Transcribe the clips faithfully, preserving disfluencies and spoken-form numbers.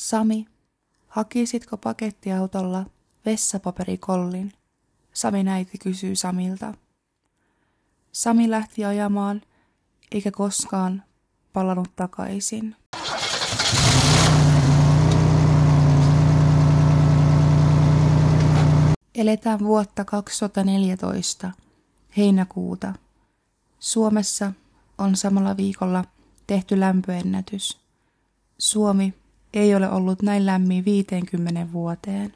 Sami, hakisitko pakettiautolla vessapaperikollin? Samin äiti kysyy Samilta. Sami lähti ajamaan, eikä koskaan palannut takaisin. Eletään vuotta kaksituhattaneljätoista, heinäkuuta. Suomessa on samalla viikolla tehty lämpöennätys. Suomi ei ole ollut näin lämmin viiteenkymmeneen vuoteen.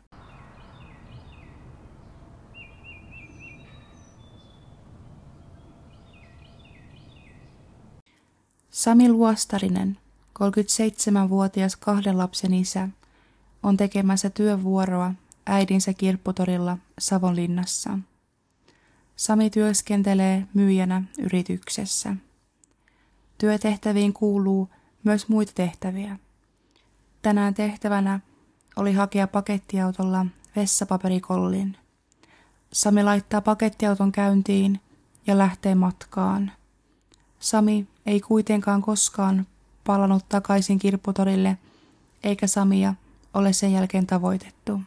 Sami Luostarinen, kolmekymmentäseitsemänvuotias kahden lapsen isä, on tekemässä työvuoroa äidinsä kirpputorilla Savonlinnassa. Sami työskentelee myyjänä yrityksessä. Työtehtäviin kuuluu myös muita tehtäviä. Tänään tehtävänä oli hakea pakettiautolla vessapaperikollin. Sami laittaa pakettiauton käyntiin ja lähtee matkaan. Sami ei kuitenkaan koskaan palannut takaisin kirpputorille, eikä Samia ole sen jälkeen tavoitettu.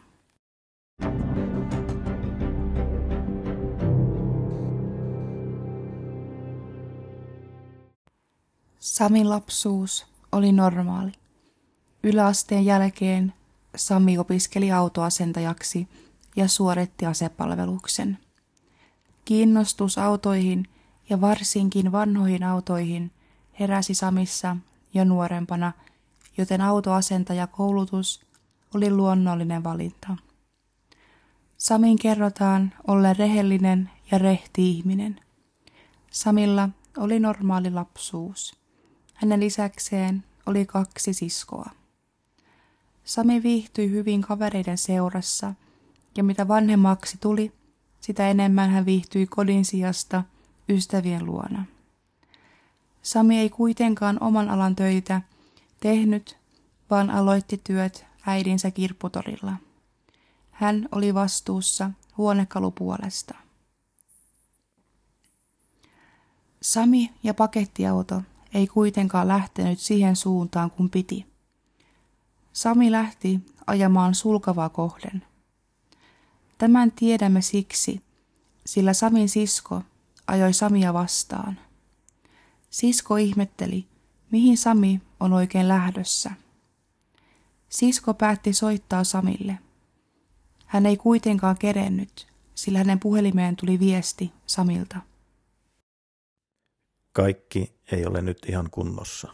Samin lapsuus oli normaali. Yläasteen jälkeen Sami opiskeli autoasentajaksi ja suoritti asepalveluksen. Kiinnostus autoihin ja varsinkin vanhoihin autoihin heräsi Samissa jo nuorempana, joten autoasentajakoulutus oli luonnollinen valinta. Samin kerrotaan olleen rehellinen ja rehti ihminen. Samilla oli normaali lapsuus. Hänen lisäkseen oli kaksi siskoa. Sami viihtyi hyvin kavereiden seurassa, ja mitä vanhemmaksi tuli, sitä enemmän hän viihtyi kodin sijasta ystävien luona. Sami ei kuitenkaan oman alan töitä tehnyt, vaan aloitti työt äidinsä kirpputorilla. Hän oli vastuussa huonekalupuolesta. Sami ja pakettiauto ei kuitenkaan lähtenyt siihen suuntaan kuin piti. Sami lähti ajamaan sulkavaa kohden. Tämän tiedämme siksi, sillä Samin sisko ajoi Samia vastaan. Sisko ihmetteli, mihin Sami on oikein lähdössä. Sisko päätti soittaa Samille. Hän ei kuitenkaan kerennyt, sillä hänen puhelimeen tuli viesti Samilta. Kaikki ei ole nyt ihan kunnossa.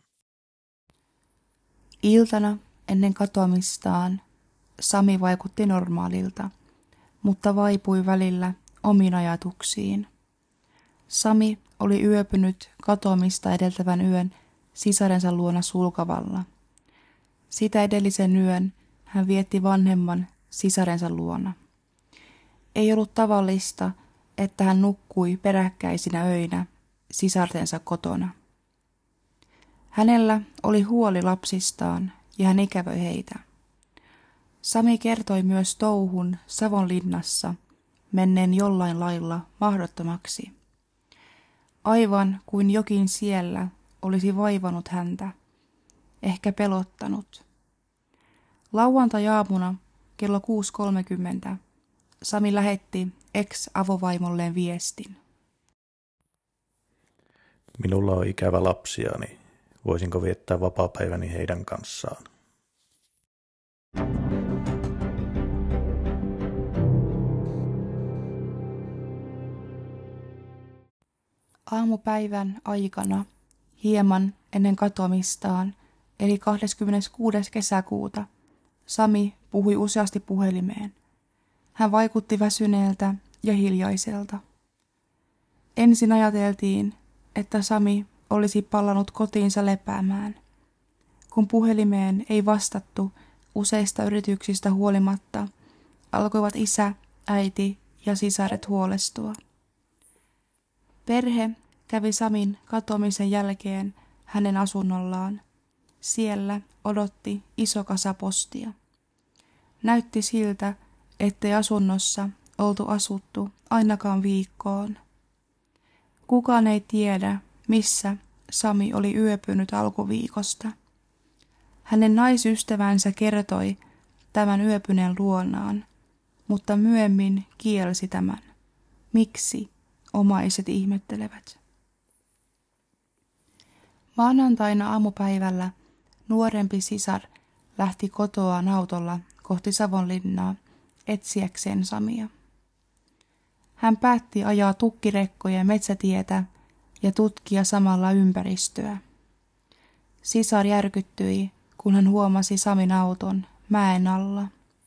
Iltana ennen katoamistaan Sami vaikutti normaalilta, mutta vaipui välillä omiin ajatuksiin. Sami oli yöpynyt katoamista edeltävän yön sisarensa luona Sulkavalla. Sitä edellisen yön hän vietti vanhemman sisarensa luona. Ei ollut tavallista, että hän nukkui peräkkäisinä öinä sisartensa kotona. Hänellä oli huoli lapsistaan ja hän ikävöi heitä. Sami kertoi myös touhun Savonlinnassa menneen jollain lailla mahdottomaksi. Aivan kuin jokin siellä olisi vaivannut häntä, ehkä pelottanut. Lauantai-aamuna kello kuusi kolmekymmentä Sami lähetti ex-avovaimolleen viestin. Minulla on ikävä lapsiani. Voisinko viettää vapaapäiväni heidän kanssaan? Aamupäivän aikana, hieman ennen katoamistaan, eli kahdeskymmeneskuudes kesäkuuta, Sami puhui useasti puhelimeen. Hän vaikutti väsyneeltä ja hiljaiselta. Ensin ajateltiin, että Sami olisi palannut kotiinsa lepäämään. Kun puhelimeen ei vastattu useista yrityksistä huolimatta, alkoivat isä, äiti ja sisaret huolestua. Perhe kävi Samin katoamisen jälkeen hänen asunnollaan. Siellä odotti iso kasa postia. Näytti siltä, ettei asunnossa oltu asuttu ainakaan viikkoon. Kukaan ei tiedä, missä Sami oli yöpynyt alkuviikosta. Hänen naisystävänsä kertoi tämän yöpyneen luonaan, mutta myöhemmin kielsi tämän. Miksi? Omaiset ihmettelevät. Maanantaina aamupäivällä nuorempi sisar lähti kotoaan autolla kohti Savonlinnaa etsiäkseen Samia. Hän päätti ajaa tukkirekkoja metsätietä ja tutkia samalla ympäristöä. Sisar järkyttyi, kun hän huomasi Samin auton mäen alla.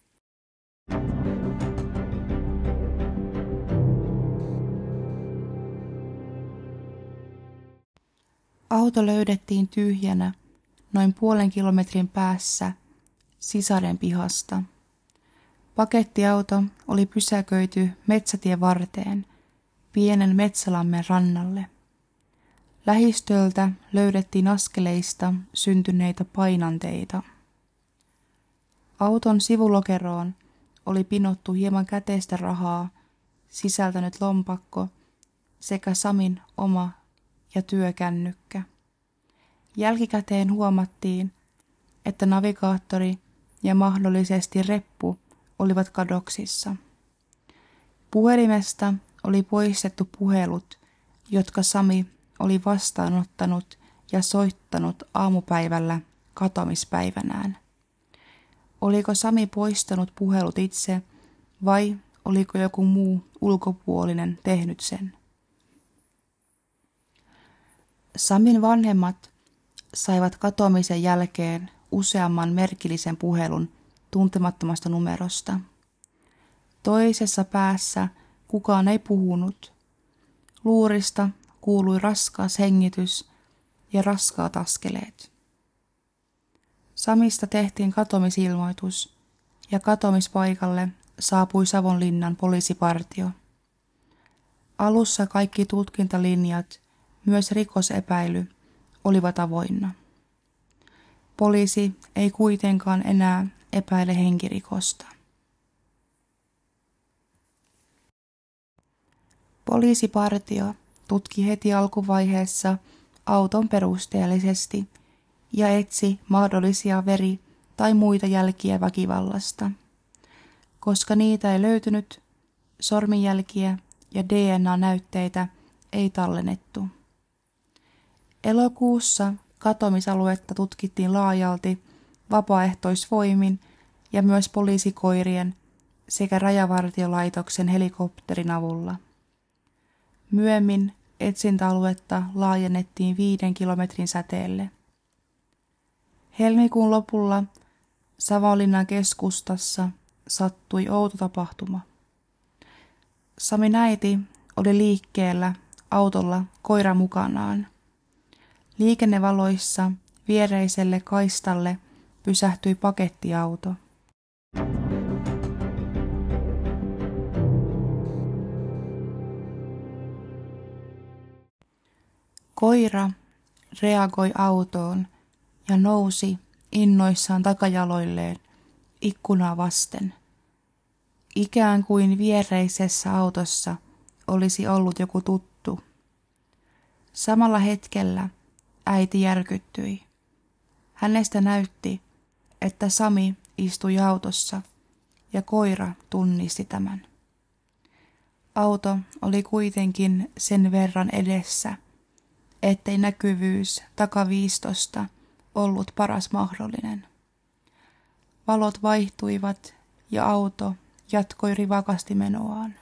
Auto löydettiin tyhjänä noin puolen kilometrin päässä sisaren pihasta. Pakettiauto oli pysäköity metsätien varteen pienen metsälammen rannalle. Lähistöltä löydettiin askeleista syntyneitä painanteita. Auton sivulokeroon oli pinottu hieman käteistä rahaa, sisältänyt lompakko sekä Samin oma ja työkännykkä. Jälkikäteen huomattiin, että navigaattori ja mahdollisesti reppu olivat kadoksissa. Puhelimesta oli poistettu puhelut, jotka Sami oli vastaanottanut ja soittanut aamupäivällä katoamispäivänään. Oliko Sami poistanut puhelut itse vai oliko joku muu ulkopuolinen tehnyt sen? Samin vanhemmat saivat katoamisen jälkeen useamman merkillisen puhelun tuntemattomasta numerosta. Toisessa päässä kukaan ei puhunut. Luurista kuului raskas hengitys ja raskaat askeleet. Samista tehtiin katoamisilmoitus ja katoamispaikalle saapui Savonlinnan poliisipartio. Alussa kaikki tutkintalinjat, myös rikosepäily, olivat avoinna. Poliisi ei kuitenkaan enää epäile henkirikosta. Poliisipartio tutki heti alkuvaiheessa auton perusteellisesti ja etsi mahdollisia veri- tai muita jälkiä väkivallasta. Koska niitä ei löytynyt, sormenjälkiä ja D N A-näytteitä ei tallennettu. Elokuussa katoamisaluetta tutkittiin laajalti vapaaehtoisvoimin ja myös poliisikoirien sekä Rajavartiolaitoksen helikopterin avulla. Myöhemmin etsintäaluetta laajennettiin viiden kilometrin säteelle. Helmikuun lopulla Savonlinnan keskustassa sattui outo tapahtuma. Samin äiti oli liikkeellä autolla koira mukanaan. Liikennevaloissa viereiselle kaistalle pysähtyi pakettiauto. Koira reagoi autoon ja nousi innoissaan takajaloilleen ikkunaa vasten. Ikään kuin viereisessä autossa olisi ollut joku tuttu. Samalla hetkellä äiti järkyttyi. Hänestä näytti, että Sami istui autossa ja koira tunnisti tämän. Auto oli kuitenkin sen verran edessä, ettei näkyvyys takaviistosta ollut paras mahdollinen. Valot vaihtuivat ja auto jatkoi rivakasti menoaan.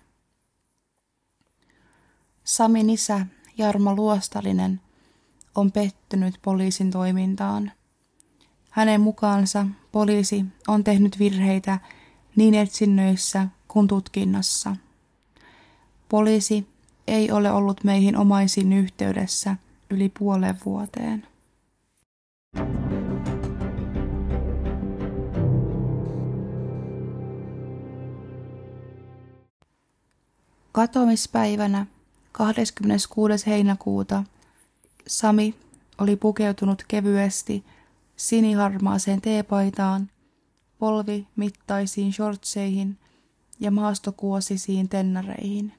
Samin isä Jarmo Luostarinen on pettynyt poliisin toimintaan. Hänen mukaansa poliisi on tehnyt virheitä niin etsinnöissä kuin tutkinnassa. Poliisi ei ole ollut meihin omaisiin yhteydessä yli puolen vuoteen. Katoamispäivänä kahdeskymmeneskuudes heinäkuuta Sami oli pukeutunut kevyesti siniharmaaseen teepaitaan, polvimittaisiin shortseihin ja maastokuosisiin tennareihin.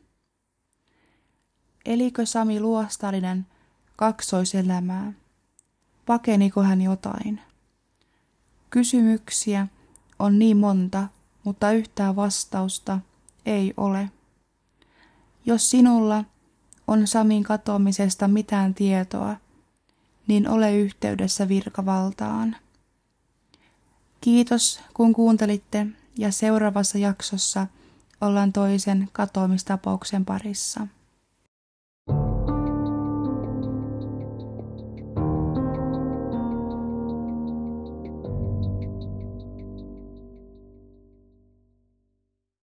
Elikö Sami Luostarinen kaksoiselämää? Pakeniko hän jotain? Kysymyksiä on niin monta, mutta yhtään vastausta ei ole. Jos sinulla on Samin katoamisesta mitään tietoa, niin ole yhteydessä virkavaltaan. Kiitos kun kuuntelitte ja seuraavassa jaksossa ollaan toisen katoamistapauksen parissa.